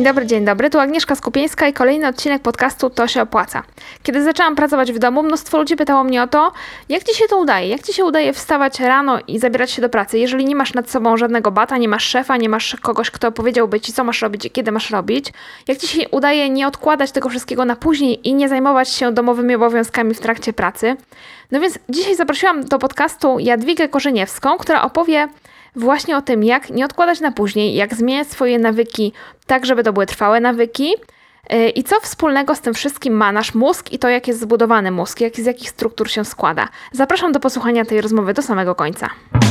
Dzień dobry. Tu Agnieszka Skupieńska i kolejny odcinek podcastu To się opłaca. Kiedy zaczęłam pracować w domu, mnóstwo ludzi pytało mnie o to, jak ci się to udaje? Jak ci się udaje wstawać rano i zabierać się do pracy, jeżeli nie masz nad sobą żadnego bata, nie masz szefa, nie masz kogoś, kto powiedziałby ci, co masz robić i kiedy masz robić? Jak ci się udaje nie odkładać tego wszystkiego na później i nie zajmować się domowymi obowiązkami w trakcie pracy? No więc dzisiaj zaprosiłam do podcastu Jadwigę Korzeniewską, która opowie właśnie o tym, jak nie odkładać na później, jak zmieniać swoje nawyki tak, żeby to były trwałe nawyki i co wspólnego z tym wszystkim ma nasz mózg i to, jak jest zbudowany mózg, z jakich struktur się składa. Zapraszam do posłuchania tej rozmowy do samego końca.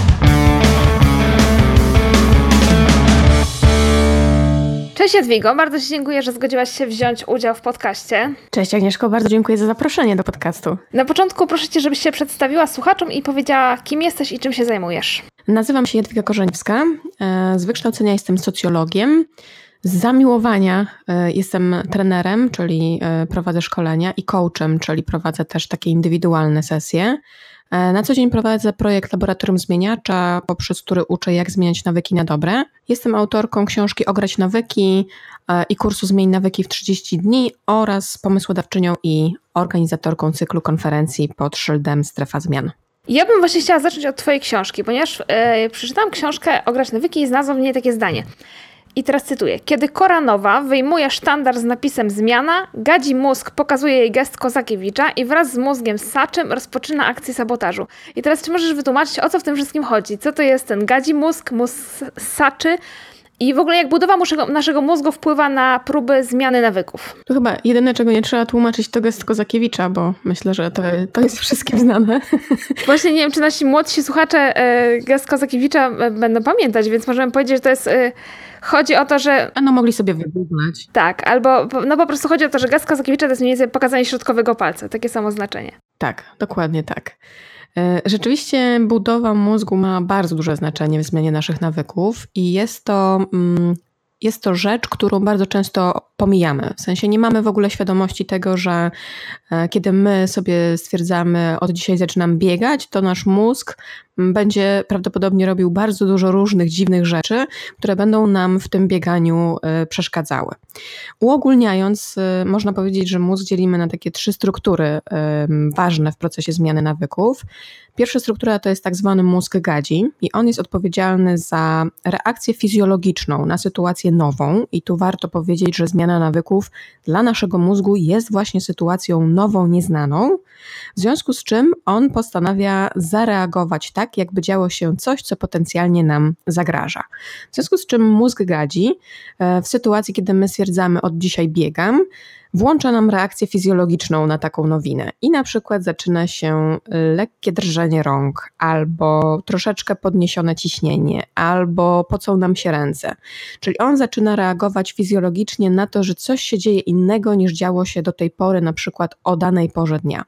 Cześć Jadwigo, bardzo Ci dziękuję, że zgodziłaś się wziąć udział w podcaście. Cześć Agnieszko, bardzo dziękuję za zaproszenie do podcastu. Na początku proszę Cię, żebyś się przedstawiła słuchaczom i powiedziała, kim jesteś i czym się zajmujesz. Nazywam się Jadwiga Korzeniewska, z wykształcenia jestem socjologiem, z zamiłowania jestem trenerem, czyli prowadzę szkolenia i coachem, czyli prowadzę też takie indywidualne sesje. Na co dzień prowadzę projekt Laboratorium Zmieniacza, poprzez który uczę, jak zmieniać nawyki na dobre. Jestem autorką książki Ograć nawyki i kursu Zmień nawyki w 30 dni oraz pomysłodawczynią i organizatorką cyklu konferencji pod szyldem Strefa Zmian. Ja bym właśnie chciała zacząć od Twojej książki, ponieważ przeczytałam książkę Ograć nawyki i znalazłam w niej takie zdanie. I teraz cytuję. Kiedy kora nowa wyjmuje sztandar z napisem zmiana, gadzi mózg pokazuje jej gest Kozakiewicza i wraz z mózgiem ssaczym rozpoczyna akcję sabotażu. I teraz czy możesz wytłumaczyć, o co w tym wszystkim chodzi? Co to jest ten gadzi mózg ssaczy i w ogóle jak budowa naszego mózgu wpływa na próby zmiany nawyków? To chyba jedyne, czego nie trzeba tłumaczyć, to gest Kozakiewicza, bo myślę, że to jest wszystkim znane. Właśnie nie wiem, czy nasi młodsi słuchacze gest Kozakiewicza będą pamiętać, więc możemy powiedzieć, że to jest... Chodzi o to, że... No mogli sobie wygooglać. Tak, albo po prostu chodzi o to, że gest Kozakiewicza to jest mniej więcej pokazanie środkowego palca. Takie samo znaczenie. Tak, dokładnie tak. Rzeczywiście budowa mózgu ma bardzo duże znaczenie w zmianie naszych nawyków i jest to rzecz, którą bardzo często pomijamy. W sensie nie mamy w ogóle świadomości tego, że kiedy my sobie stwierdzamy, od dzisiaj zaczynam biegać, to nasz mózg będzie prawdopodobnie robił bardzo dużo różnych dziwnych rzeczy, które będą nam w tym bieganiu przeszkadzały. Uogólniając, można powiedzieć, że mózg dzielimy na takie 3 struktury ważne w procesie zmiany nawyków. Pierwsza struktura to jest tak zwany mózg gadzi i on jest odpowiedzialny za reakcję fizjologiczną na sytuację nową i tu warto powiedzieć, że zmiana nawyków dla naszego mózgu jest właśnie sytuacją nową, nieznaną, w związku z czym on postanawia zareagować tak, jakby działo się coś, co potencjalnie nam zagraża. W związku z czym mózg gadzi w sytuacji, kiedy my stwierdzamy, od dzisiaj biegam, włącza nam reakcję fizjologiczną na taką nowinę i na przykład zaczyna się lekkie drżenie rąk, albo troszeczkę podniesione ciśnienie, albo pocą nam się ręce. Czyli on zaczyna reagować fizjologicznie na to, że coś się dzieje innego niż działo się do tej pory, na przykład o danej porze dnia.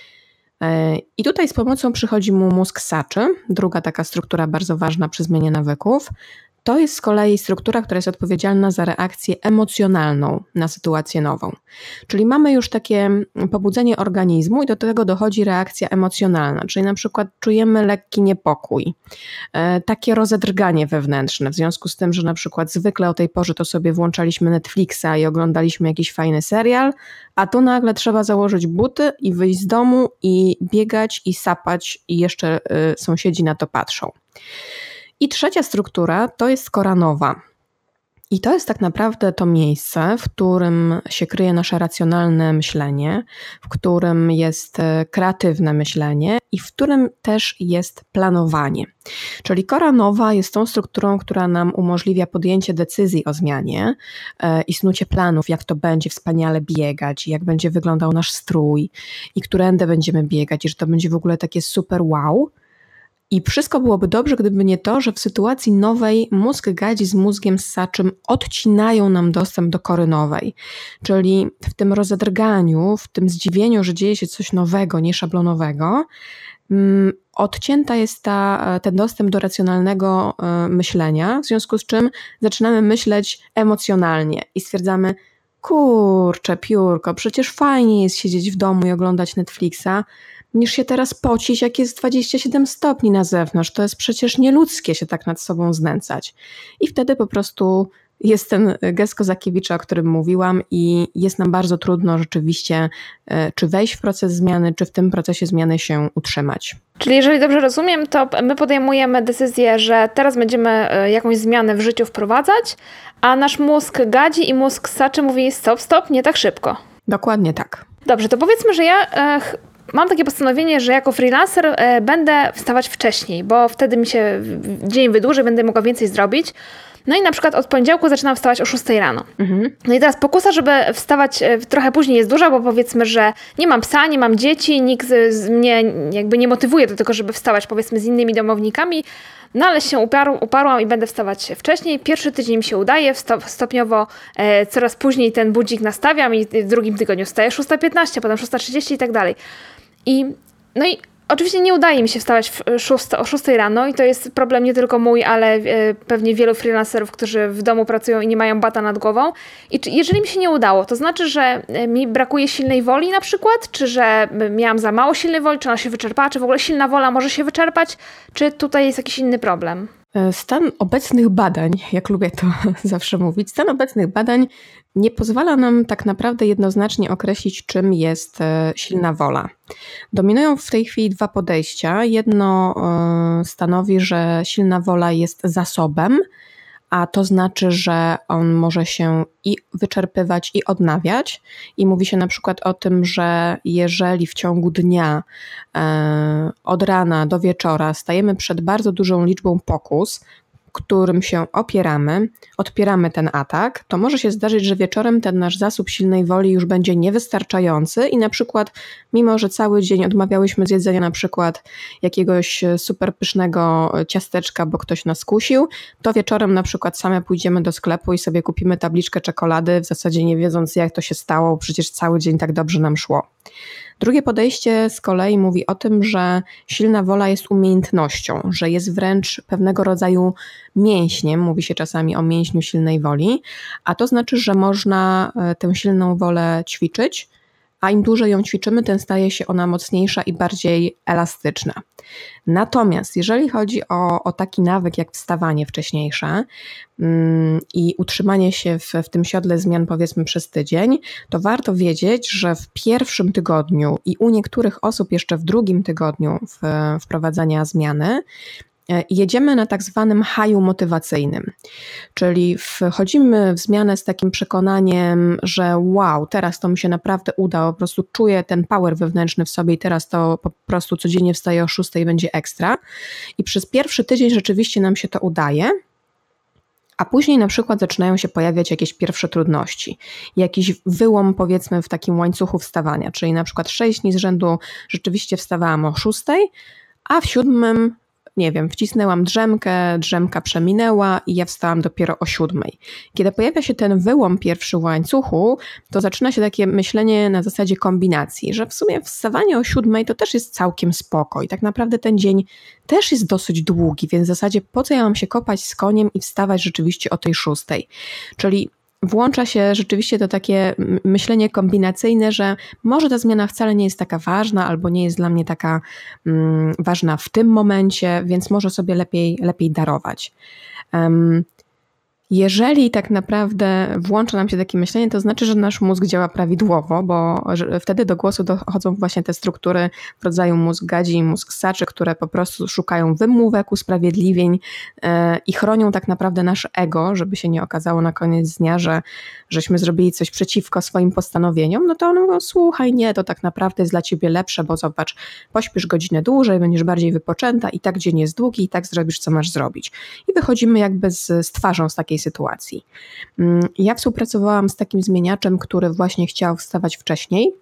I tutaj z pomocą przychodzi mu mózg ssaczy, druga taka struktura bardzo ważna przy zmianie nawyków. To jest z kolei struktura, która jest odpowiedzialna za reakcję emocjonalną na sytuację nową. Czyli mamy już takie pobudzenie organizmu i do tego dochodzi reakcja emocjonalna, czyli na przykład czujemy lekki niepokój, takie rozedrganie wewnętrzne, w związku z tym, że na przykład zwykle o tej porze to sobie włączaliśmy Netflixa i oglądaliśmy jakiś fajny serial, a tu nagle trzeba założyć buty i wyjść z domu i biegać i sapać i jeszcze sąsiedzi na to patrzą. I trzecia struktura to jest kora nowa. I to jest tak naprawdę to miejsce, w którym się kryje nasze racjonalne myślenie, w którym jest kreatywne myślenie i w którym też jest planowanie. Czyli kora nowa jest tą strukturą, która nam umożliwia podjęcie decyzji o zmianie i snucie planów, jak to będzie wspaniale biegać, jak będzie wyglądał nasz strój i którędy będziemy biegać i że to będzie w ogóle takie super wow. I wszystko byłoby dobrze, gdyby nie to, że w sytuacji nowej mózg gadzi z mózgiem ssaczym odcinają nam dostęp do kory nowej. Czyli w tym rozedrganiu, w tym zdziwieniu, że dzieje się coś nowego, nieszablonowego, odcięta jest ten dostęp do racjonalnego myślenia, w związku z czym zaczynamy myśleć emocjonalnie i stwierdzamy, kurczę, piórko, przecież fajnie jest siedzieć w domu i oglądać Netflixa, niż się teraz pocić, jak jest 27 stopni na zewnątrz. To jest przecież nieludzkie się tak nad sobą znęcać. I wtedy po prostu jest ten gest Kozakiewicza, o którym mówiłam i jest nam bardzo trudno rzeczywiście czy wejść w proces zmiany, czy w tym procesie zmiany się utrzymać. Czyli jeżeli dobrze rozumiem, to my podejmujemy decyzję, że teraz będziemy jakąś zmianę w życiu wprowadzać, a nasz mózg gadzi i mózg ssaczy mówi stop, nie tak szybko. Dokładnie tak. Dobrze, to powiedzmy, że ja mam takie postanowienie, że jako freelancer będę wstawać wcześniej, bo wtedy mi się dzień wydłuży, będę mogła więcej zrobić. No i na przykład od poniedziałku zaczynam wstawać o 6 rano. No i teraz pokusa, żeby wstawać trochę później jest duża, bo powiedzmy, że nie mam psa, nie mam dzieci, nikt mnie jakby nie motywuje do tego, żeby wstawać powiedzmy z innymi domownikami. No ale się uparłam i będę wstawać wcześniej. Pierwszy tydzień mi się udaje, stopniowo coraz później ten budzik nastawiam i w drugim tygodniu wstaję 6:15, potem 6:30 i tak dalej. No i oczywiście nie udaje mi się wstawać o 6 rano i to jest problem nie tylko mój, ale pewnie wielu freelancerów, którzy w domu pracują i nie mają bata nad głową. I jeżeli mi się nie udało, to znaczy, że mi brakuje silnej woli na przykład, czy że miałam za mało silnej woli, czy ona się wyczerpała, czy w ogóle silna wola może się wyczerpać, czy tutaj jest jakiś inny problem? Stan obecnych badań, jak lubię to zawsze mówić, stan obecnych badań nie pozwala nam tak naprawdę jednoznacznie określić, czym jest silna wola. Dominują w tej chwili dwa podejścia. Jedno stanowi, że silna wola jest zasobem, a to znaczy, że on może się i wyczerpywać, i odnawiać. I mówi się na przykład o tym, że jeżeli w ciągu dnia od rana do wieczora stajemy przed bardzo dużą liczbą pokus, którym się odpieramy ten atak, to może się zdarzyć, że wieczorem ten nasz zasób silnej woli już będzie niewystarczający i na przykład, mimo że cały dzień odmawiałyśmy z jedzenia na przykład jakiegoś super pysznego ciasteczka, bo ktoś nas kusił, to wieczorem na przykład same pójdziemy do sklepu i sobie kupimy tabliczkę czekolady, w zasadzie nie wiedząc, jak to się stało, przecież cały dzień tak dobrze nam szło. Drugie podejście z kolei mówi o tym, że silna wola jest umiejętnością, że jest wręcz pewnego rodzaju mięśniem, mówi się czasami o mięśniu silnej woli, a to znaczy, że można tę silną wolę ćwiczyć, a im dłużej ją ćwiczymy, tym staje się ona mocniejsza i bardziej elastyczna. Natomiast jeżeli chodzi o taki nawyk jak wstawanie wcześniejsze i utrzymanie się w tym siodle zmian powiedzmy przez tydzień, to warto wiedzieć, że w pierwszym tygodniu i u niektórych osób jeszcze w drugim tygodniu wprowadzania zmiany jedziemy na tak zwanym haju motywacyjnym, czyli wchodzimy w zmianę z takim przekonaniem, że wow, teraz to mi się naprawdę uda, po prostu czuję ten power wewnętrzny w sobie i teraz to po prostu codziennie wstaję o 6 i będzie ekstra. I przez pierwszy tydzień rzeczywiście nam się to udaje, a później na przykład zaczynają się pojawiać jakieś pierwsze trudności, jakiś wyłom powiedzmy w takim łańcuchu wstawania, czyli na przykład 6 dni z rzędu rzeczywiście wstawałam o 6, a w 7 nie wiem, wcisnęłam drzemka przeminęła i ja wstałam dopiero o 7. Kiedy pojawia się ten wyłom pierwszy w łańcuchu, to zaczyna się takie myślenie na zasadzie kombinacji, że w sumie wstawanie o 7 to też jest całkiem spoko i tak naprawdę ten dzień też jest dosyć długi, więc w zasadzie po co ja mam się kopać z koniem i wstawać rzeczywiście o tej 6. Czyli włącza się rzeczywiście to takie myślenie kombinacyjne, że może ta zmiana wcale nie jest taka ważna albo nie jest dla mnie taka ważna w tym momencie, więc może sobie lepiej darować. Jeżeli tak naprawdę włącza nam się takie myślenie, to znaczy, że nasz mózg działa prawidłowo, bo wtedy do głosu dochodzą właśnie te struktury w rodzaju mózg gadzi i mózg ssaczy, które po prostu szukają wymówek, usprawiedliwień i chronią tak naprawdę nasze ego, żeby się nie okazało na koniec dnia, żeśmy zrobili coś przeciwko swoim postanowieniom, no to one mówią, słuchaj, nie, to tak naprawdę jest dla ciebie lepsze, bo zobacz, pośpisz godzinę dłużej, będziesz bardziej wypoczęta i tak dzień jest długi i tak zrobisz, co masz zrobić. I wychodzimy jakby z twarzą z takiej sytuacji. Ja współpracowałam z takim zmieniaczem, który właśnie chciał wstawać wcześniej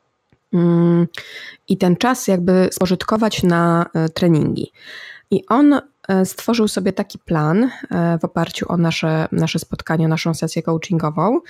i ten czas jakby spożytkować na treningi. I on stworzył sobie taki plan w oparciu o nasze spotkanie, naszą sesję coachingową.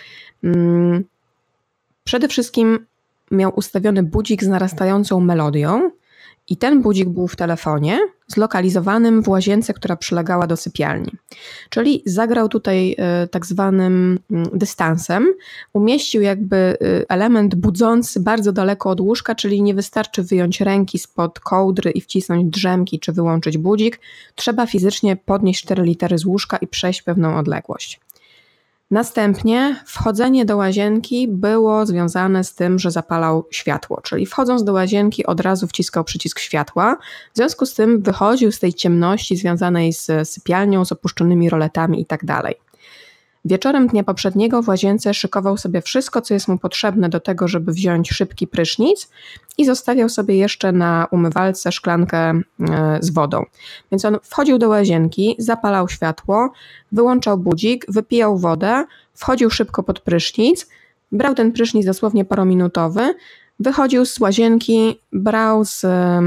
Przede wszystkim miał ustawiony budzik z narastającą melodią i ten budzik był w telefonie zlokalizowanym w łazience, która przylegała do sypialni. Czyli zagrał tutaj tak zwanym dystansem, umieścił jakby element budzący bardzo daleko od łóżka, czyli nie wystarczy wyjąć ręki spod kołdry i wcisnąć drzemki czy wyłączyć budzik, trzeba fizycznie podnieść 4 litery z łóżka i przejść pewną odległość. Następnie wchodzenie do łazienki było związane z tym, że zapalał światło, czyli wchodząc do łazienki od razu wciskał przycisk światła, w związku z tym wychodził z tej ciemności związanej z sypialnią, z opuszczonymi roletami itd. Wieczorem dnia poprzedniego w łazience szykował sobie wszystko, co jest mu potrzebne do tego, żeby wziąć szybki prysznic i zostawiał sobie jeszcze na umywalce szklankę z wodą. Więc on wchodził do łazienki, zapalał światło, wyłączał budzik, wypijał wodę, wchodził szybko pod prysznic, brał ten prysznic dosłownie parominutowy, wychodził z łazienki, brał z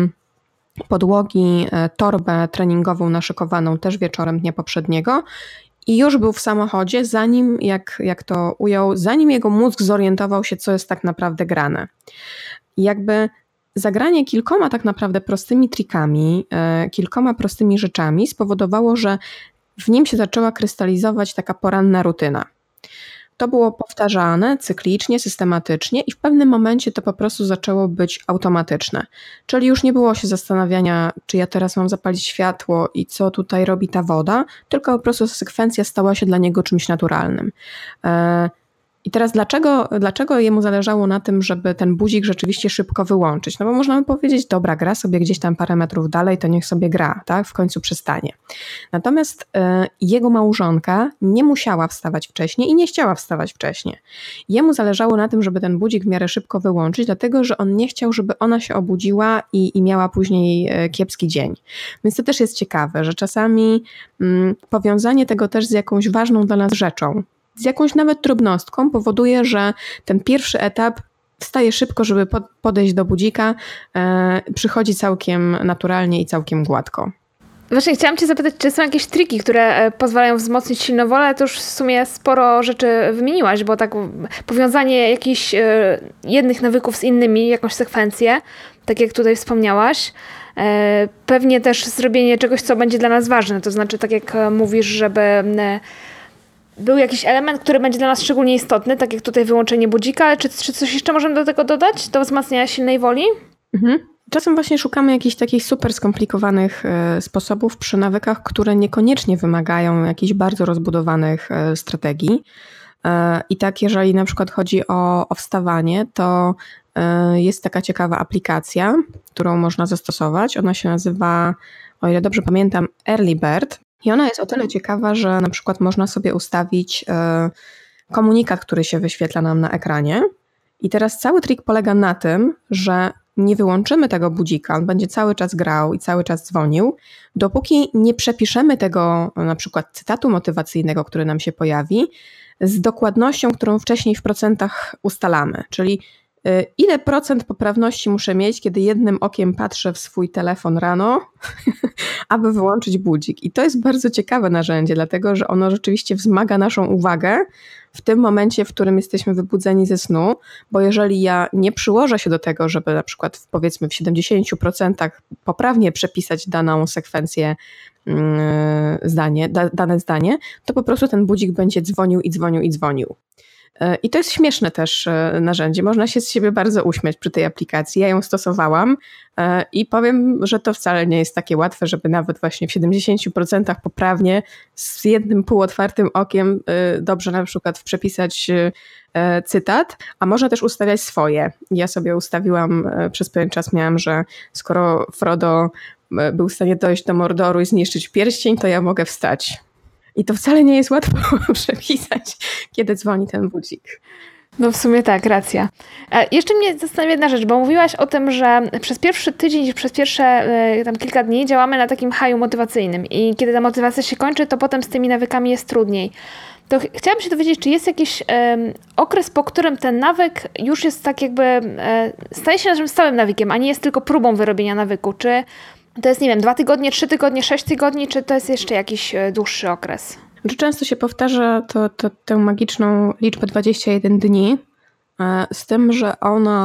podłogi torbę treningową naszykowaną też wieczorem dnia poprzedniego i już był w samochodzie, zanim, jak to ujął, zanim jego mózg zorientował się, co jest tak naprawdę grane. I jakby zagranie kilkoma tak naprawdę prostymi trikami, kilkoma prostymi rzeczami spowodowało, że w nim się zaczęła krystalizować taka poranna rutyna. To było powtarzane cyklicznie, systematycznie i w pewnym momencie to po prostu zaczęło być automatyczne. Czyli już nie było się zastanawiania, czy ja teraz mam zapalić światło i co tutaj robi ta woda, tylko po prostu sekwencja stała się dla niego czymś naturalnym. I teraz dlaczego jemu zależało na tym, żeby ten budzik rzeczywiście szybko wyłączyć? No bo można by powiedzieć, dobra, gra sobie gdzieś tam parę metrów dalej, to niech sobie gra, tak? W końcu przestanie. Natomiast jego małżonka nie musiała wstawać wcześniej i nie chciała wstawać wcześniej. Jemu zależało na tym, żeby ten budzik w miarę szybko wyłączyć, dlatego że on nie chciał, żeby ona się obudziła i miała później kiepski dzień. Więc to też jest ciekawe, że czasami powiązanie tego też z jakąś ważną dla nas rzeczą, z jakąś nawet drobnostką powoduje, że ten pierwszy etap wstaje szybko, żeby podejść do budzika, przychodzi całkiem naturalnie i całkiem gładko. Właśnie chciałam Cię zapytać, czy są jakieś triki, które pozwalają wzmocnić silną wolę, ale to już w sumie sporo rzeczy wymieniłaś, bo tak powiązanie jakichś jednych nawyków z innymi, jakąś sekwencję, tak jak tutaj wspomniałaś, pewnie też zrobienie czegoś, co będzie dla nas ważne, to znaczy tak jak mówisz, żeby był jakiś element, który będzie dla nas szczególnie istotny, tak jak tutaj wyłączenie budzika, ale czy coś jeszcze możemy do tego dodać, do wzmacniania silnej woli? Czasem właśnie szukamy jakichś takich super skomplikowanych sposobów przy nawykach, które niekoniecznie wymagają jakichś bardzo rozbudowanych strategii. I tak jeżeli na przykład chodzi o wstawanie, to jest taka ciekawa aplikacja, którą można zastosować. Ona się nazywa, o ile dobrze pamiętam, Early Bird. I ona jest o tyle ciekawa, że na przykład można sobie ustawić komunikat, który się wyświetla nam na ekranie. I teraz cały trik polega na tym, że nie wyłączymy tego budzika, on będzie cały czas grał i cały czas dzwonił, dopóki nie przepiszemy tego na przykład cytatu motywacyjnego, który nam się pojawi, z dokładnością, którą wcześniej w procentach ustalamy. Czyli ile procent poprawności muszę mieć, kiedy jednym okiem patrzę w swój telefon rano, aby wyłączyć budzik. I to jest bardzo ciekawe narzędzie, dlatego że ono rzeczywiście wzmaga naszą uwagę w tym momencie, w którym jesteśmy wybudzeni ze snu, bo jeżeli ja nie przyłożę się do tego, żeby na przykład powiedzmy w 70% poprawnie przepisać daną sekwencję, dane zdanie, to po prostu ten budzik będzie dzwonił i dzwonił i dzwonił. I to jest śmieszne też narzędzie. Można się z siebie bardzo uśmiać przy tej aplikacji. Ja ją stosowałam i powiem, że to wcale nie jest takie łatwe, żeby nawet właśnie w 70% poprawnie z jednym półotwartym okiem dobrze na przykład przepisać cytat, a można też ustawiać swoje. Ja sobie ustawiłam, przez pewien czas miałam, że skoro Frodo był w stanie dojść do Mordoru i zniszczyć pierścień, to ja mogę wstać. I to wcale nie jest łatwo przepisać, kiedy dzwoni ten budzik. No w sumie tak, racja. Jeszcze mnie zastanawia jedna rzecz, bo mówiłaś o tym, że przez pierwszy tydzień, przez pierwsze tam kilka dni działamy na takim haju motywacyjnym i kiedy ta motywacja się kończy, to potem z tymi nawykami jest trudniej. To chciałabym się dowiedzieć, czy jest jakiś okres, po którym ten nawyk już jest tak jakby, staje się naszym stałym nawykiem, a nie jest tylko próbą wyrobienia nawyku. Czy to jest, nie wiem, 2 tygodnie, 3 tygodnie, 6 tygodni, czy to jest jeszcze jakiś dłuższy okres? Często się powtarza tę magiczną liczbę 21 dni, z tym, że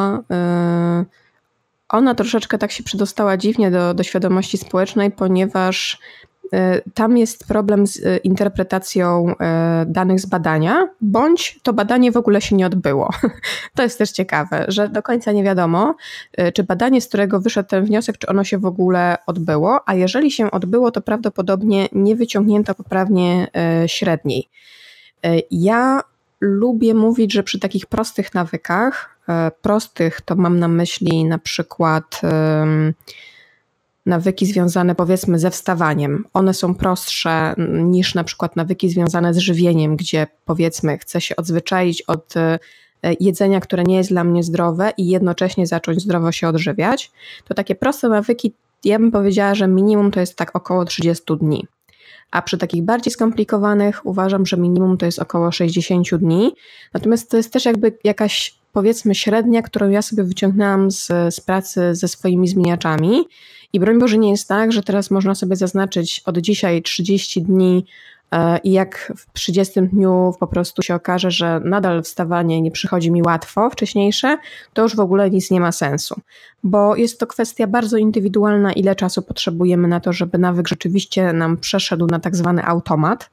ona troszeczkę tak się przedostała dziwnie do świadomości społecznej, ponieważ tam jest problem z interpretacją danych z badania, bądź to badanie w ogóle się nie odbyło. To jest też ciekawe, że do końca nie wiadomo, czy badanie, z którego wyszedł ten wniosek, czy ono się w ogóle odbyło, a jeżeli się odbyło, to prawdopodobnie nie wyciągnięto poprawnie średniej. Ja lubię mówić, że przy takich prostych nawykach, prostych to mam na myśli na przykład nawyki związane powiedzmy ze wstawaniem. One są prostsze niż na przykład nawyki związane z żywieniem, gdzie powiedzmy chcę się odzwyczaić od jedzenia, które nie jest dla mnie zdrowe i jednocześnie zacząć zdrowo się odżywiać. To takie proste nawyki, ja bym powiedziała, że minimum to jest tak około 30 dni. A przy takich bardziej skomplikowanych uważam, że minimum to jest około 60 dni. Natomiast to jest też jakby jakaś powiedzmy średnia, którą ja sobie wyciągnęłam z pracy ze swoimi zmieniaczami. I broń Boże nie jest tak, że teraz można sobie zaznaczyć od dzisiaj 30 dni i jak w 30 dniu po prostu się okaże, że nadal wstawanie nie przychodzi mi łatwo wcześniejsze, to już w ogóle nic nie ma sensu. Bo jest to kwestia bardzo indywidualna, ile czasu potrzebujemy na to, żeby nawyk rzeczywiście nam przeszedł na tak zwany automat.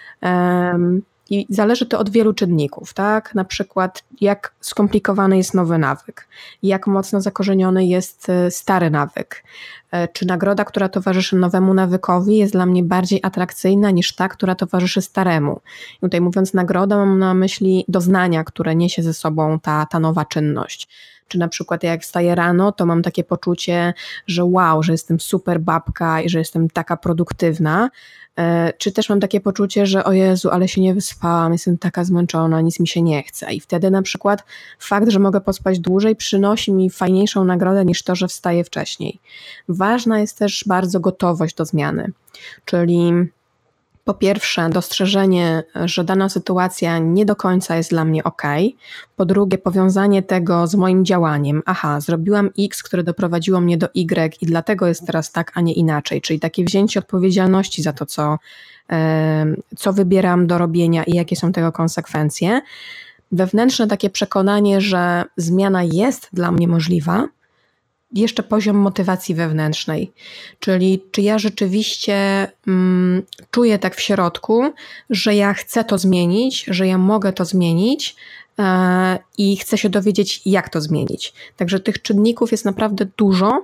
I zależy to od wielu czynników, tak? Na przykład jak skomplikowany jest nowy nawyk, jak mocno zakorzeniony jest stary nawyk, czy nagroda, która towarzyszy nowemu nawykowi jest dla mnie bardziej atrakcyjna niż ta, która towarzyszy staremu. I tutaj mówiąc nagroda mam na myśli doznania, które niesie ze sobą ta nowa czynność. Czy na przykład jak wstaję rano, to mam takie poczucie, że wow, że jestem super babka i że jestem taka produktywna. Czy też mam takie poczucie, że o Jezu, ale się nie wyspałam, jestem taka zmęczona, nic mi się nie chce. I wtedy na przykład fakt, że mogę pospać dłużej, przynosi mi fajniejszą nagrodę niż to, że wstaję wcześniej. Ważna jest też bardzo gotowość do zmiany, czyli po pierwsze dostrzeżenie, że dana sytuacja nie do końca jest dla mnie ok. Po drugie powiązanie tego z moim działaniem. Aha, zrobiłam X, które doprowadziło mnie do Y i dlatego jest teraz tak, a nie inaczej. Czyli takie wzięcie odpowiedzialności za to, co wybieram do robienia i jakie są tego konsekwencje. Wewnętrzne takie przekonanie, że zmiana jest dla mnie możliwa. Jeszcze poziom motywacji wewnętrznej, czyli czy ja rzeczywiście czuję tak w środku, że ja chcę to zmienić, że ja mogę to zmienić i chcę się dowiedzieć, jak to zmienić. Także tych czynników jest naprawdę dużo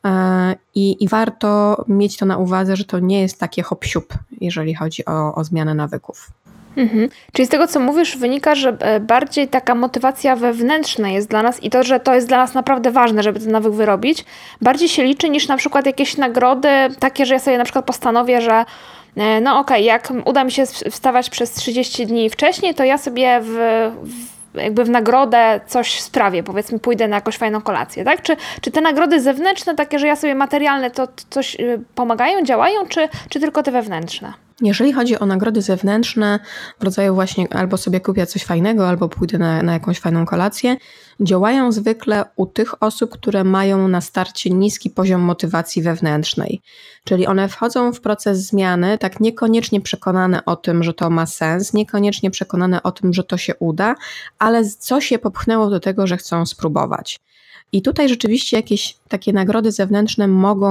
i warto mieć to na uwadze, że to nie jest takie hop-siup, jeżeli chodzi o zmianę nawyków. Czyli z tego, co mówisz, wynika, że bardziej taka motywacja wewnętrzna jest dla nas i to, że to jest dla nas naprawdę ważne, żeby ten nawyk wyrobić, bardziej się liczy niż na przykład jakieś nagrody takie, że ja sobie na przykład postanowię, że no okej, jak uda mi się wstawać przez 30 dni wcześniej, to ja sobie jakby w nagrodę coś sprawię, powiedzmy pójdę na jakąś fajną kolację, tak? Czy te nagrody zewnętrzne, takie, że ja sobie materialne, to coś pomagają, działają, czy tylko te wewnętrzne? Jeżeli chodzi o nagrody zewnętrzne, w rodzaju właśnie albo sobie kupię coś fajnego, albo pójdę na jakąś fajną kolację, działają zwykle u tych osób, które mają na starcie niski poziom motywacji wewnętrznej. Czyli one wchodzą w proces zmiany tak niekoniecznie przekonane o tym, że to ma sens, niekoniecznie przekonane o tym, że to się uda, ale coś je popchnęło do tego, że chcą spróbować. I tutaj rzeczywiście jakieś takie nagrody zewnętrzne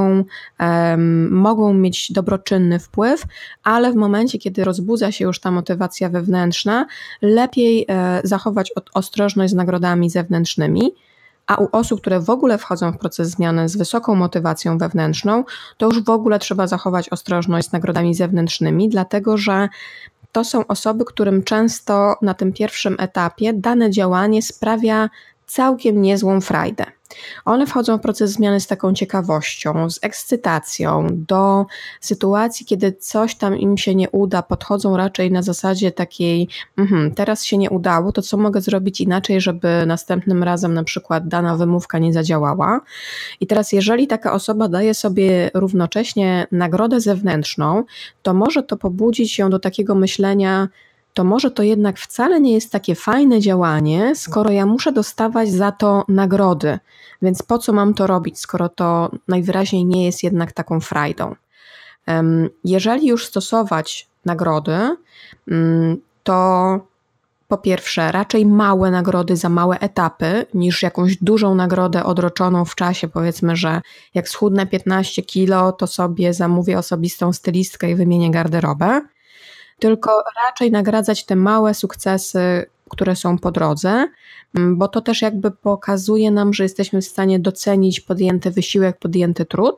mogą mieć dobroczynny wpływ, ale w momencie, kiedy rozbudza się już ta motywacja wewnętrzna, lepiej zachować ostrożność z nagrodami zewnętrznymi, a u osób, które w ogóle wchodzą w proces zmiany z wysoką motywacją wewnętrzną, to już w ogóle trzeba zachować ostrożność z nagrodami zewnętrznymi, dlatego że to są osoby, którym często na tym pierwszym etapie dane działanie sprawia całkiem niezłą frajdę. One wchodzą w proces zmiany z taką ciekawością, z ekscytacją, do sytuacji, kiedy coś tam im się nie uda, podchodzą raczej na zasadzie takiej, teraz się nie udało, to co mogę zrobić inaczej, żeby następnym razem na przykład dana wymówka nie zadziałała. I teraz jeżeli taka osoba daje sobie równocześnie nagrodę zewnętrzną, to może to pobudzić ją do takiego myślenia, to może to jednak wcale nie jest takie fajne działanie, skoro ja muszę dostawać za to nagrody. Więc po co mam to robić, skoro to najwyraźniej nie jest jednak taką frajdą. Jeżeli już stosować nagrody, to po pierwsze raczej małe nagrody za małe etapy niż jakąś dużą nagrodę odroczoną w czasie. Powiedzmy, że jak schudnę 15 kilo, to sobie zamówię osobistą stylistkę i wymienię garderobę. Tylko raczej nagradzać te małe sukcesy, które są po drodze, bo to też jakby pokazuje nam, że jesteśmy w stanie docenić podjęty wysiłek, podjęty trud,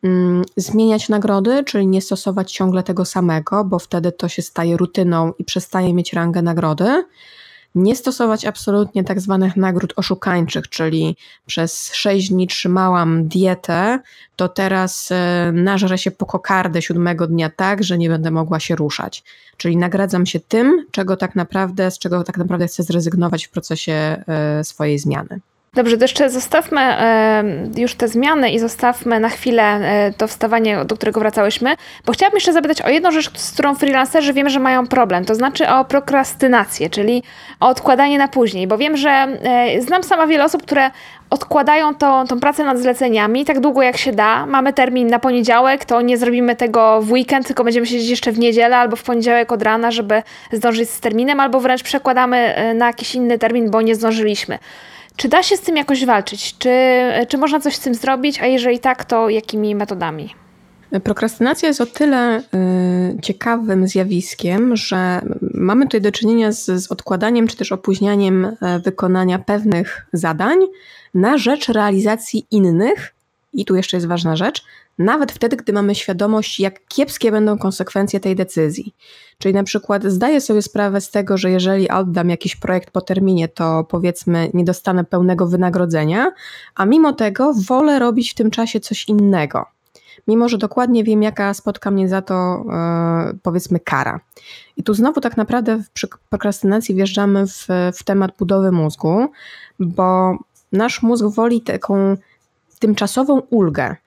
zmieniać nagrody, czyli nie stosować ciągle tego samego, bo wtedy to się staje rutyną i przestaje mieć rangę nagrody. Nie stosować absolutnie tak zwanych nagród oszukańczych, czyli przez 6 dni trzymałam dietę, to teraz nażrę się po kokardę 7 dnia tak, że nie będę mogła się ruszać. Czyli nagradzam się tym, z czego tak naprawdę chcę zrezygnować w procesie swojej zmiany. Dobrze, to jeszcze zostawmy już te zmiany i zostawmy na chwilę to wstawanie, do którego wracałyśmy, bo chciałabym jeszcze zapytać o jedną rzecz, z którą freelancerzy wiemy, że mają problem, to znaczy o prokrastynację, czyli o odkładanie na później, bo wiem, że znam sama wiele osób, które odkładają tą pracę nad zleceniami tak długo jak się da. Mamy termin na poniedziałek, to nie zrobimy tego w weekend, tylko będziemy siedzieć jeszcze w niedzielę albo w poniedziałek od rana, żeby zdążyć z terminem, albo wręcz przekładamy na jakiś inny termin, bo nie zdążyliśmy. Czy da się z tym jakoś walczyć? Czy można coś z tym zrobić? A jeżeli tak, to jakimi metodami? Prokrastynacja jest o tyle ciekawym zjawiskiem, że mamy tutaj do czynienia z odkładaniem czy też opóźnianiem wykonania pewnych zadań na rzecz realizacji innych. I tu jeszcze jest ważna rzecz, nawet wtedy, gdy mamy świadomość, jak kiepskie będą konsekwencje tej decyzji. Czyli na przykład zdaję sobie sprawę z tego, że jeżeli oddam jakiś projekt po terminie, to powiedzmy nie dostanę pełnego wynagrodzenia, a mimo tego wolę robić w tym czasie coś innego. Mimo że dokładnie wiem, jaka spotka mnie za to powiedzmy kara. I tu znowu tak naprawdę przy prokrastynacji wjeżdżamy w temat budowy mózgu, bo nasz mózg woli taką tymczasową ulgę,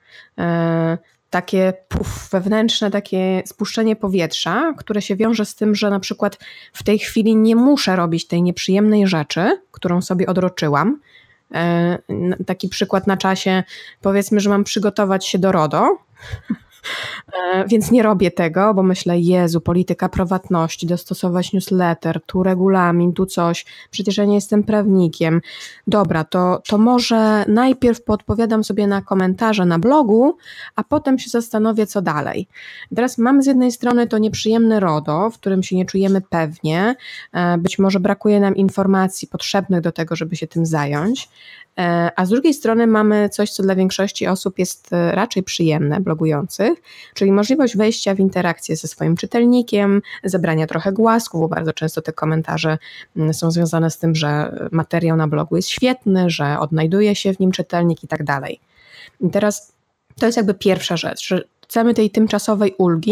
takie wewnętrzne takie spuszczenie powietrza, które się wiąże z tym, że na przykład w tej chwili nie muszę robić tej nieprzyjemnej rzeczy, którą sobie odroczyłam. Taki przykład na czasie, powiedzmy, że mam przygotować się do RODO, więc nie robię tego, bo myślę, Jezu, polityka prywatności, dostosować newsletter, tu regulamin, tu coś, przecież ja nie jestem prawnikiem. Dobra, to może najpierw podpowiadam sobie na komentarze na blogu, a potem się zastanowię, co dalej. Teraz mamy z jednej strony to nieprzyjemne RODO, w którym się nie czujemy pewnie, być może brakuje nam informacji potrzebnych do tego, żeby się tym zająć, a z drugiej strony mamy coś, co dla większości osób jest raczej przyjemne, blogujących, czyli możliwość wejścia w interakcję ze swoim czytelnikiem, zebrania trochę głasków, bo bardzo często te komentarze są związane z tym, że materiał na blogu jest świetny, że odnajduje się w nim czytelnik i tak dalej. I teraz to jest jakby pierwsza rzecz, że chcemy tej tymczasowej ulgi,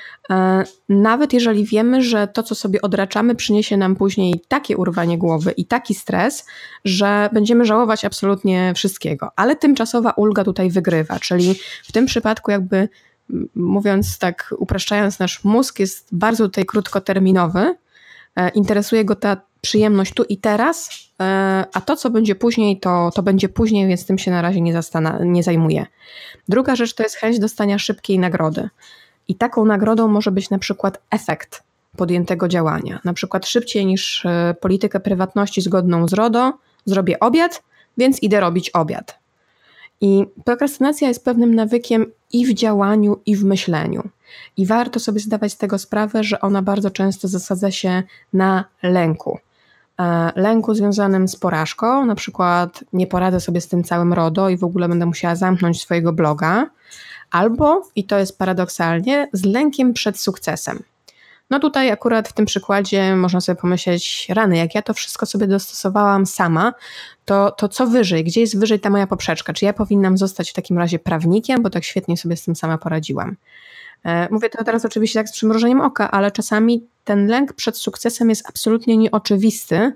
nawet jeżeli wiemy, że to, co sobie odraczamy, przyniesie nam później takie urwanie głowy i taki stres, że będziemy żałować absolutnie wszystkiego. Ale tymczasowa ulga tutaj wygrywa, czyli w tym przypadku jakby mówiąc tak, upraszczając, nasz mózg jest bardzo tutaj krótkoterminowy, interesuje go ta przyjemność tu i teraz, a to, co będzie później, to będzie później, więc tym się na razie nie zajmuję. Druga rzecz to jest chęć dostania szybkiej nagrody. I taką nagrodą może być na przykład efekt podjętego działania. Na przykład szybciej niż politykę prywatności zgodną z RODO zrobię obiad, więc idę robić obiad. I prokrastynacja jest pewnym nawykiem i w działaniu, i w myśleniu. I warto sobie zdawać z tego sprawę, że ona bardzo często zasadza się na lęku. Lęku związanym z porażką, na przykład nie poradzę sobie z tym całym RODO i w ogóle będę musiała zamknąć swojego bloga, albo, i to jest paradoksalnie, z lękiem przed sukcesem. No tutaj akurat w tym przykładzie można sobie pomyśleć, rany, jak ja to wszystko sobie dostosowałam sama, to co wyżej? Gdzie jest wyżej ta moja poprzeczka? Czy ja powinnam zostać w takim razie prawnikiem, bo tak świetnie sobie z tym sama poradziłam? Mówię to teraz oczywiście tak z przymrużeniem oka, ale czasami ten lęk przed sukcesem jest absolutnie nieoczywisty,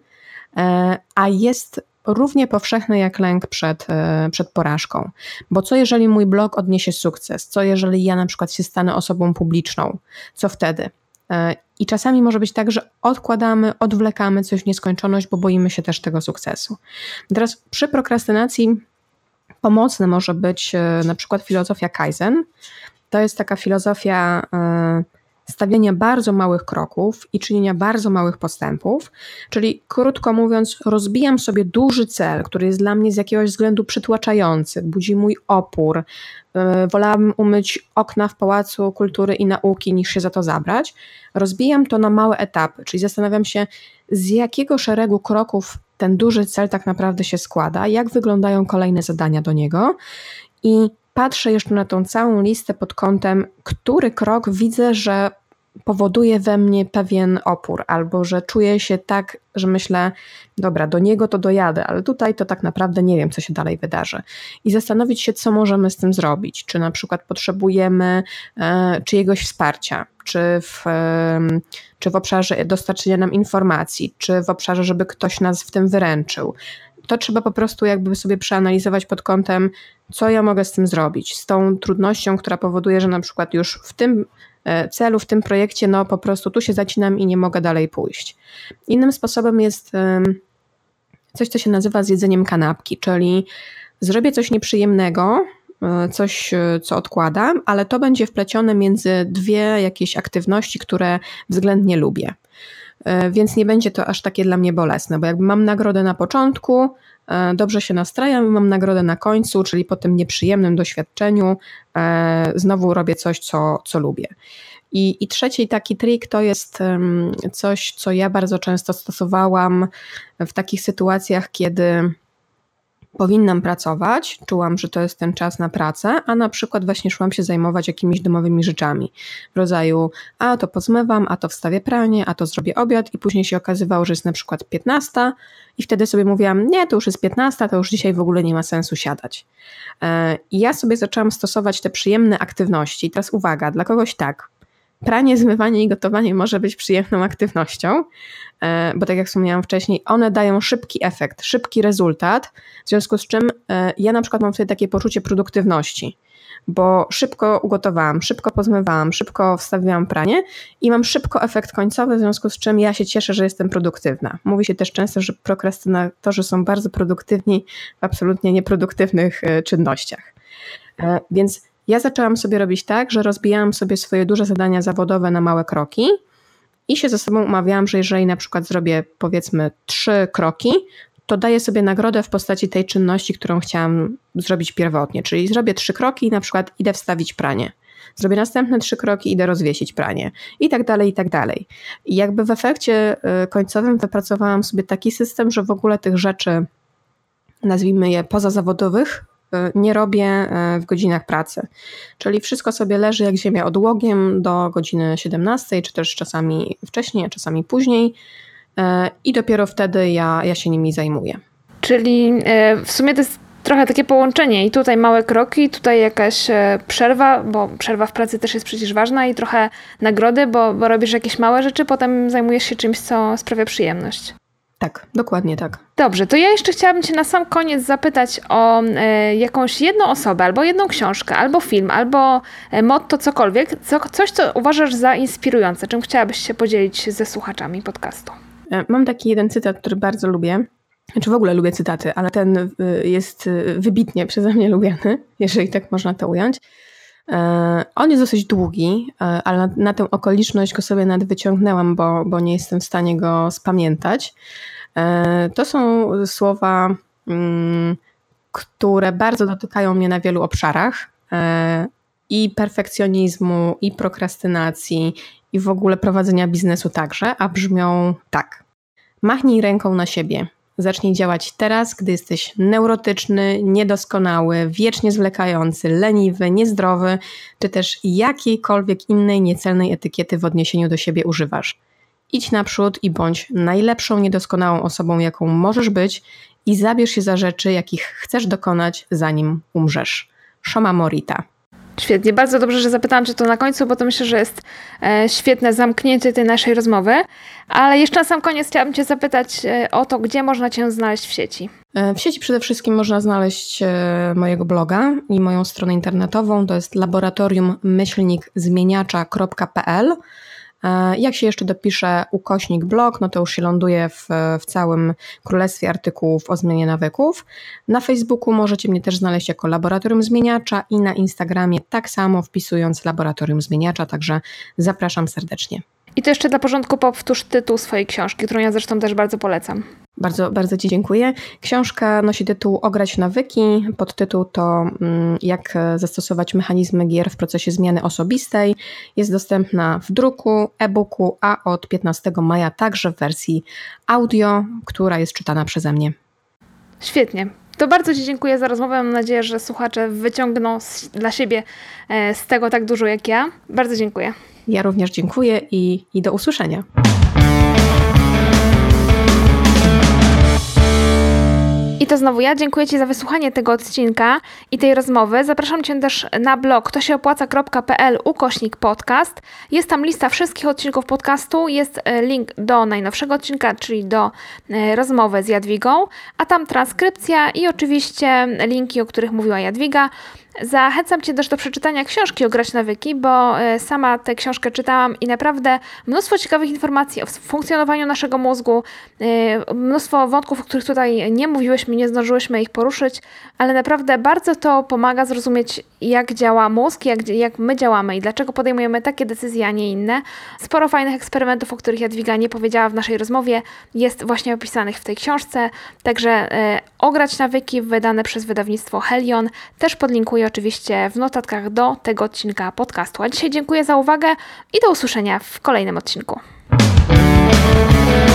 a jest równie powszechny jak lęk przed porażką. Bo co jeżeli mój blog odniesie sukces? Co jeżeli ja na przykład się stanę osobą publiczną? Co wtedy? I czasami może być tak, że odwlekamy coś w nieskończoność, bo boimy się też tego sukcesu. Teraz przy prokrastynacji pomocne może być na przykład filozofia Kaizen. To jest taka filozofia stawiania bardzo małych kroków i czynienia bardzo małych postępów, czyli krótko mówiąc, rozbijam sobie duży cel, który jest dla mnie z jakiegoś względu przytłaczający, budzi mój opór, wolałabym umyć okna w Pałacu Kultury i Nauki niż się za to zabrać. Rozbijam to na małe etapy, czyli zastanawiam się, z jakiego szeregu kroków ten duży cel tak naprawdę się składa, jak wyglądają kolejne zadania do niego i patrzę jeszcze na tą całą listę pod kątem, który krok widzę, że powoduje we mnie pewien opór, albo że czuję się tak, że myślę, dobra, do niego to dojadę, ale tutaj to tak naprawdę nie wiem, co się dalej wydarzy. I zastanowić się, co możemy z tym zrobić. Czy na przykład potrzebujemy czyjegoś wsparcia, czy w obszarze dostarczenia nam informacji, czy w obszarze, żeby ktoś nas w tym wyręczył. To trzeba po prostu jakby sobie przeanalizować pod kątem, co ja mogę z tym zrobić, z tą trudnością, która powoduje, że na przykład już w tym celu, w tym projekcie, no po prostu tu się zacinam i nie mogę dalej pójść. Innym sposobem jest coś, co się nazywa zjedzeniem kanapki, czyli zrobię coś nieprzyjemnego, coś, co odkładam, ale to będzie wplecione między dwie jakieś aktywności, które względnie lubię. Więc nie będzie to aż takie dla mnie bolesne, bo jakby mam nagrodę na początku, dobrze się nastrajam, mam nagrodę na końcu, czyli po tym nieprzyjemnym doświadczeniu znowu robię coś, co lubię. I trzeci taki trik to jest coś, co ja bardzo często stosowałam w takich sytuacjach, kiedy powinnam pracować, czułam, że to jest ten czas na pracę, a na przykład właśnie szłam się zajmować jakimiś domowymi rzeczami w rodzaju a to pozmywam, a to wstawię pranie, a to zrobię obiad i później się okazywało, że jest na przykład 15 i wtedy sobie mówiłam, nie, to już jest 15, to już dzisiaj w ogóle nie ma sensu siadać. I ja sobie zaczęłam stosować te przyjemne aktywności. I teraz uwaga, dla kogoś tak, pranie, zmywanie i gotowanie może być przyjemną aktywnością, bo tak jak wspomniałam wcześniej, one dają szybki efekt, szybki rezultat, w związku z czym ja na przykład mam wtedy takie poczucie produktywności, bo szybko ugotowałam, szybko pozmywałam, szybko wstawiłam pranie i mam szybko efekt końcowy, w związku z czym ja się cieszę, że jestem produktywna. Mówi się też często, że prokrastynatorzy są bardzo produktywni w absolutnie nieproduktywnych czynnościach. Więc ja zaczęłam sobie robić tak, że rozbijałam sobie swoje duże zadania zawodowe na małe kroki i się ze sobą umawiałam, że jeżeli na przykład zrobię powiedzmy 3 kroki, to daję sobie nagrodę w postaci tej czynności, którą chciałam zrobić pierwotnie. Czyli zrobię 3 kroki i na przykład idę wstawić pranie. Zrobię następne 3 kroki, idę rozwiesić pranie i tak dalej, i tak dalej. I jakby w efekcie końcowym wypracowałam sobie taki system, że w ogóle tych rzeczy, nazwijmy je pozazawodowych, nie robię w godzinach pracy. Czyli wszystko sobie leży jak ziemia odłogiem do godziny 17, czy też czasami wcześniej, a czasami później i dopiero wtedy ja się nimi zajmuję. Czyli w sumie to jest trochę takie połączenie i tutaj małe kroki, tutaj jakaś przerwa, bo przerwa w pracy też jest przecież ważna i trochę nagrody, bo robisz jakieś małe rzeczy, potem zajmujesz się czymś, co sprawia przyjemność. Tak, dokładnie tak. Dobrze, to ja jeszcze chciałabym Cię na sam koniec zapytać o jakąś jedną osobę, albo jedną książkę, albo film, albo motto, cokolwiek, coś, co uważasz za inspirujące, czym chciałabyś się podzielić ze słuchaczami podcastu. Mam taki jeden cytat, który bardzo lubię. Znaczy w ogóle lubię cytaty, ale ten jest wybitnie przeze mnie lubiany, jeżeli tak można to ująć. On jest dosyć długi, ale na tę okoliczność go sobie nawet wyciągnęłam, bo nie jestem w stanie go spamiętać. To są słowa, które bardzo dotykają mnie na wielu obszarach i perfekcjonizmu, i prokrastynacji, i w ogóle prowadzenia biznesu także, a brzmią tak. Machnij ręką na siebie. Zacznij działać teraz, gdy jesteś neurotyczny, niedoskonały, wiecznie zwlekający, leniwy, niezdrowy, czy też jakiejkolwiek innej niecelnej etykiety w odniesieniu do siebie używasz. Idź naprzód i bądź najlepszą, niedoskonałą osobą, jaką możesz być i zabierz się za rzeczy, jakich chcesz dokonać, zanim umrzesz. Shoma Morita. Świetnie, bardzo dobrze, że zapytałam Cię to na końcu, bo to myślę, że jest świetne zamknięcie tej naszej rozmowy. Ale jeszcze na sam koniec chciałabym Cię zapytać o to, gdzie można Cię znaleźć w sieci. W sieci przede wszystkim można znaleźć mojego bloga i moją stronę internetową, to jest laboratorium-zmieniacza.pl. Jak się jeszcze dopisze /blog, no to już się ląduje w całym królestwie artykułów o zmianie nawyków. Na Facebooku możecie mnie też znaleźć jako Laboratorium Zmieniacza i na Instagramie tak samo wpisując Laboratorium Zmieniacza, także zapraszam serdecznie. I to jeszcze dla porządku powtórz tytuł swojej książki, którą ja zresztą też bardzo polecam. Bardzo, bardzo Ci dziękuję. Książka nosi tytuł Ograć nawyki. Podtytuł to Jak zastosować mechanizmy gier w procesie zmiany osobistej. Jest dostępna w druku, e-booku, a od 15 maja także w wersji audio, która jest czytana przeze mnie. Świetnie. To bardzo Ci dziękuję za rozmowę. Mam nadzieję, że słuchacze wyciągną dla siebie z tego tak dużo jak ja. Bardzo dziękuję. Ja również dziękuję i do usłyszenia. I to znowu ja. Dziękuję Ci za wysłuchanie tego odcinka i tej rozmowy. Zapraszam Cię też na blog tośeopłaca.pl/podcast. Jest tam lista wszystkich odcinków podcastu. Jest link do najnowszego odcinka, czyli do rozmowy z Jadwigą, a tam transkrypcja i oczywiście linki, o których mówiła Jadwiga. Zachęcam Cię też do przeczytania książki o Grać nawyki, bo sama tę książkę czytałam i naprawdę mnóstwo ciekawych informacji o funkcjonowaniu naszego mózgu, mnóstwo wątków, o których tutaj nie mówiłyśmy, nie zdążyłyśmy ich poruszyć, ale naprawdę bardzo to pomaga zrozumieć, jak działa mózg, jak my działamy i dlaczego podejmujemy takie decyzje, a nie inne. Sporo fajnych eksperymentów, o których Jadwiga nie powiedziała w naszej rozmowie, jest właśnie opisanych w tej książce, także o Grać nawyki wydane przez wydawnictwo Helion też podlinkuję oczywiście w notatkach do tego odcinka podcastu. A dzisiaj dziękuję za uwagę i do usłyszenia w kolejnym odcinku.